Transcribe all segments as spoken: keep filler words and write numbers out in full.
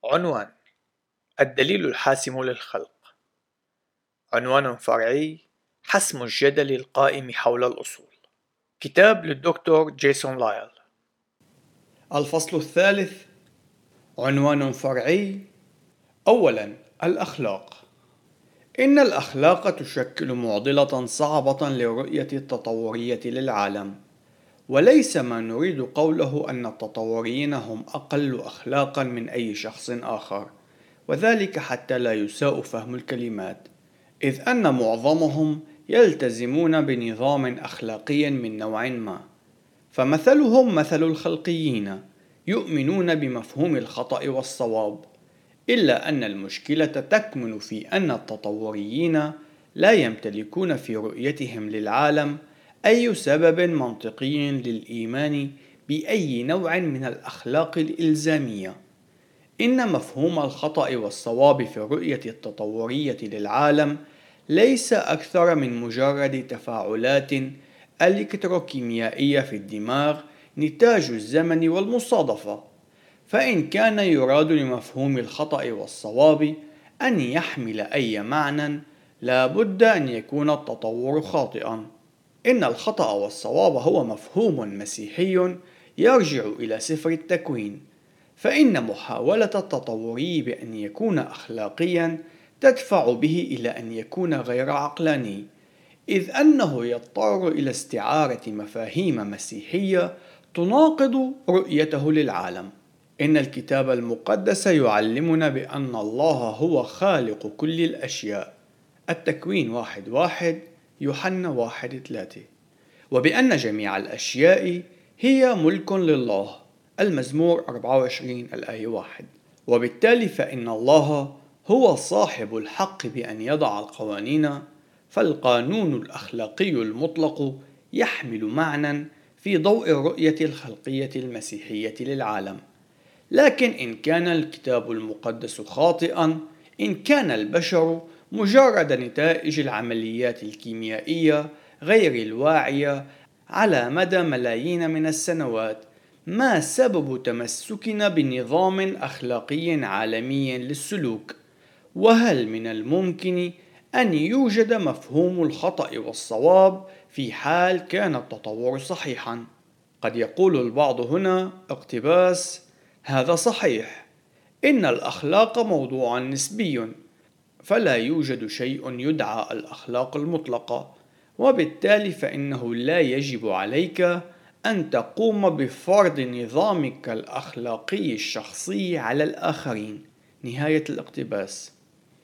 عنوان: الدليل الحاسم للخلق. عنوان فرعي: حسم الجدل القائم حول الأصول. كتاب للدكتور جيسون لايل. الفصل الثالث. عنوان فرعي. أولاً، الأخلاق. إن الأخلاق تشكل معضلة صعبة للرؤية التطورية للعالم، وليس ما نريد قوله أن التطوريين هم أقل أخلاقاً من أي شخص آخر، وذلك حتى لا يساء فهم الكلمات، إذ أن معظمهم يلتزمون بنظام أخلاقي من نوع ما، فمثلهم مثل الخلقيين، يؤمنون بمفهوم الخطأ والصواب، إلا أن المشكلة تكمن في أن التطوريين لا يمتلكون في رؤيتهم للعالم أي سبب منطقي للإيمان بأي نوع من الأخلاق الإلزامية. إن مفهوم الخطأ والصواب في الرؤية التطورية للعالم ليس أكثر من مجرد تفاعلات إلكتروكيميائية في الدماغ نتاج الزمن والمصادفة. فإن كان يراد لمفهوم الخطأ والصواب أن يحمل أي معنى، لا بد أن يكون التطور خاطئا. إن الخطأ والصواب هو مفهوم مسيحي يرجع إلى سفر التكوين، فإن محاولة التطوري بأن يكون أخلاقيا تدفع به إلى أن يكون غير عقلاني، إذ أنه يضطر إلى استعارة مفاهيم مسيحية تناقض رؤيته للعالم. إن الكتاب المقدس يعلمنا بأن الله هو خالق كل الأشياء، التكوين واحد واحد، يوحنا واحد ثلاثة، وبأن جميع الأشياء هي ملك لله، المزمور أربعة وعشرين الآية واحد. وبالتالي فإن الله هو صاحب الحق بأن يضع القوانين، فالقانون الأخلاقي المطلق يحمل معنى في ضوء الرؤية الخلقية المسيحية للعالم. لكن إن كان الكتاب المقدس خاطئا، إن كان البشر مجرد نتائج العمليات الكيميائية غير الواعية على مدى ملايين من السنوات، ما سبب تمسكنا بنظام أخلاقي عالمي للسلوك؟ وهل من الممكن أن يوجد مفهوم الخطأ والصواب في حال كان التطور صحيحا؟ قد يقول البعض هنا اقتباس: هذا صحيح، إن الأخلاق موضوع نسبي، فلا يوجد شيء يدعى الأخلاق المطلقة، وبالتالي فإنه لا يجب عليك أن تقوم بفرض نظامك الأخلاقي الشخصي على الآخرين. نهاية الاقتباس.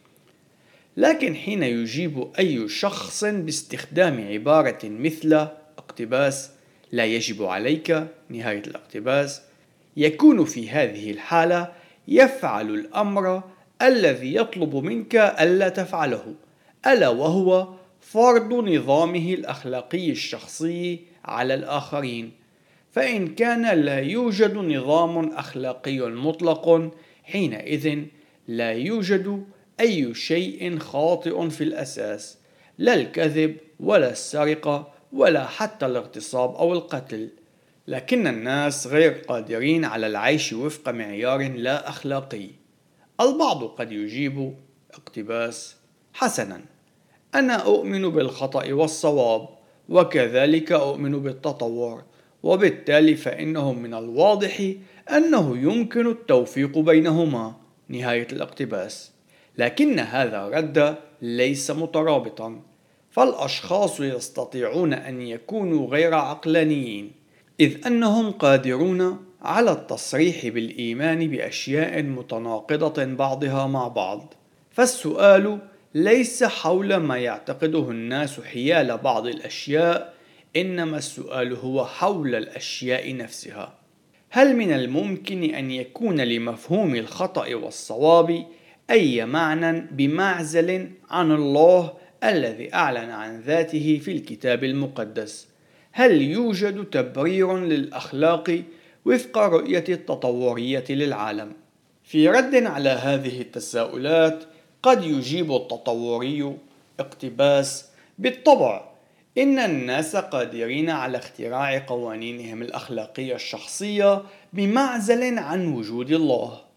لكن حين يجيب أي شخص باستخدام عبارة مثل اقتباس لا يجب عليك نهاية الاقتباس، يكون في هذه الحالة يفعل الأمر الذي يطلب منك ألا تفعله، ألا وهو فرض نظامه الأخلاقي الشخصي على الآخرين. فإن كان لا يوجد نظام أخلاقي مطلق، حينئذ لا يوجد أي شيء خاطئ في الأساس، لا الكذب ولا السرقة ولا حتى الاغتصاب أو القتل. لكن الناس غير قادرين على العيش وفق معيار لا أخلاقي. البعض قد يجيب اقتباس: حسنا، أنا أؤمن بالخطأ والصواب، وكذلك أؤمن بالتطور، وبالتالي فإنه من الواضح أنه يمكن التوفيق بينهما. نهاية الاقتباس. لكن هذا الرد ليس مترابطا، فالأشخاص يستطيعون أن يكونوا غير عقلانيين، إذ أنهم قادرون على التصريح بالإيمان بأشياء متناقضة بعضها مع بعض. فالسؤال ليس حول ما يعتقده الناس حيال بعض الأشياء، إنما السؤال هو حول الأشياء نفسها. هل من الممكن أن يكون لمفهوم الخطأ والصواب أي معنى بمعزل عن الله الذي أعلن عن ذاته في الكتاب المقدس؟ هل يوجد تبرير للأخلاق وفق رؤية التطورية للعالم؟ في رد على هذه التساؤلات قد يجيب التطوري اقتباس: بالطبع، إن الناس قادرين على اختراع قوانينهم الأخلاقية الشخصية بمعزل عن وجود الله.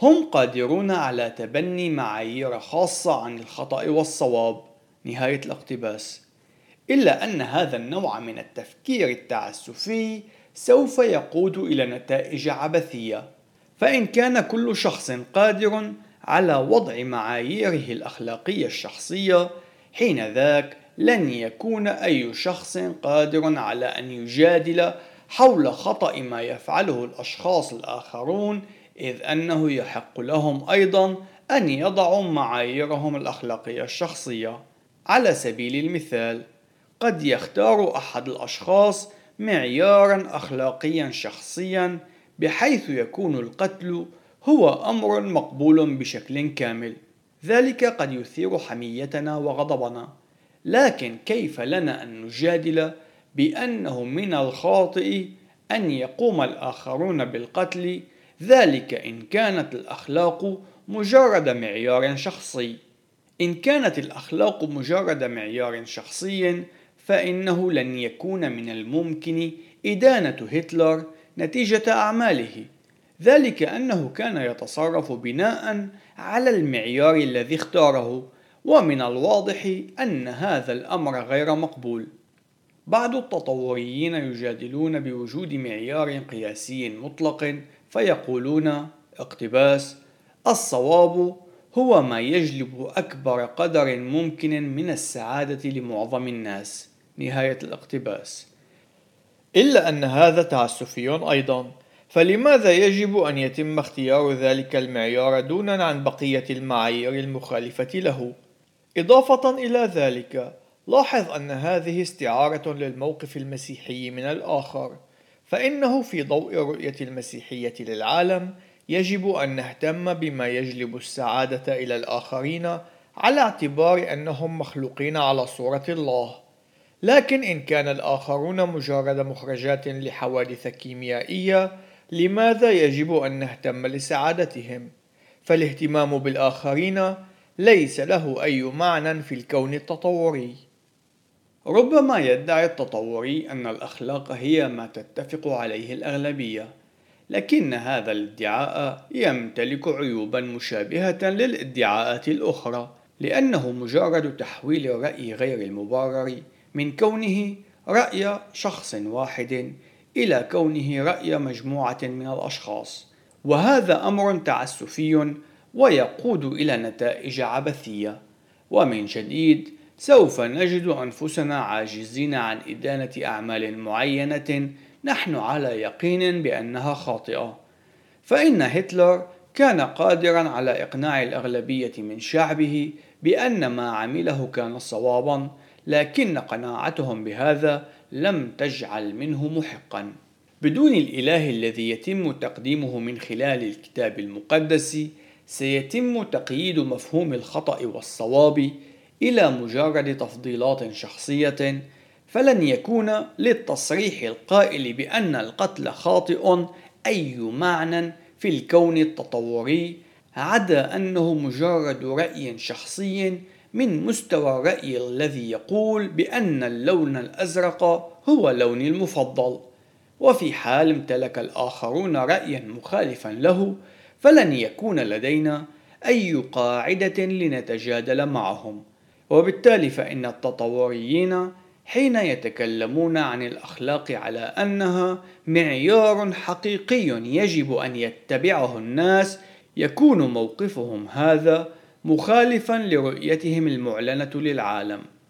هم قادرون على تبني معايير خاصة عن الخطأ والصواب. نهاية الاقتباس. إلا أن هذا النوع من التفكير التعسفي سوف يقود إلى نتائج عبثية، فإن كان كل شخص قادر على وضع معاييره الأخلاقية الشخصية، حين ذاك لن يكون أي شخص قادر على أن يجادل حول خطأ ما يفعله الأشخاص الآخرون، إذ أنه يحق لهم أيضا أن يضعوا معاييرهم الأخلاقية الشخصية. على سبيل المثال، قد يختار أحد الأشخاص معيارا أخلاقيا شخصيا بحيث يكون القتل هو أمر مقبول بشكل كامل. ذلك قد يثير حميتنا وغضبنا، لكن كيف لنا أن نجادل بأنه من الخاطئ أن يقوم الآخرون بالقتل، ذلك إن كانت الأخلاق مجرد معيار شخصي. إن كانت الأخلاق مجرد معيار شخصي، فإنه لن يكون من الممكن إدانة هتلر نتيجة أعماله، ذلك أنه كان يتصرف بناء على المعيار الذي اختاره، ومن الواضح أن هذا الأمر غير مقبول. بعض التطوريين يجادلون بوجود معيار قياسي مطلق، فيقولون اقتباس: الصواب هو ما يجلب أكبر قدر ممكن من السعادة لمعظم الناس. نهاية الاقتباس. إلا أن هذا تعسفي أيضا، فلماذا يجب أن يتم اختيار ذلك المعيار دونا عن بقية المعايير المخالفة له؟ إضافة إلى ذلك، لاحظ أن هذه استعارة للموقف المسيحي من الآخر، فإنه في ضوء رؤية المسيحية للعالم يجب أن نهتم بما يجلب السعادة إلى الآخرين على اعتبار أنهم مخلوقين على صورة الله. لكن إن كان الآخرون مجرد مخرجات لحوادث كيميائية، لماذا يجب أن نهتم لسعادتهم؟ فالاهتمام بالآخرين ليس له أي معنى في الكون التطوري. ربما يدعي التطوري أن الأخلاق هي ما تتفق عليه الأغلبية، لكن هذا الادعاء يمتلك عيوبا مشابهة للادعاءات الأخرى، لأنه مجرد تحويل الرأي غير المبرر من كونه رأي شخص واحد إلى كونه رأي مجموعة من الأشخاص، وهذا أمر تعسفي ويقود إلى نتائج عبثية. ومن جديد سوف نجد أنفسنا عاجزين عن إدانة أعمال معينة نحن على يقين بأنها خاطئة، فإن هتلر كان قادرا على إقناع الأغلبية من شعبه بأن ما عمله كان صوابا، لكن قناعتهم بهذا لم تجعل منه محقا. بدون الإله الذي يتم تقديمه من خلال الكتاب المقدس، سيتم تقييد مفهوم الخطأ والصواب إلى مجرد تفضيلات شخصية، فلن يكون للتصريح القائل بأن القتل خاطئ أي معنى في الكون التطوري، عدا أنه مجرد رأي شخصي من مستوى الرأي الذي يقول بأن اللون الأزرق هو لوني المفضل. وفي حال امتلك الآخرون رأيا مخالفا له، فلن يكون لدينا أي قاعدة لنتجادل معهم، وبالتالي فإن التطوريين حين يتكلمون عن الأخلاق على أنها معيار حقيقي يجب أن يتبعه الناس، يكون موقفهم هذا مخالفا لرؤيتهم المعلنة للعالم.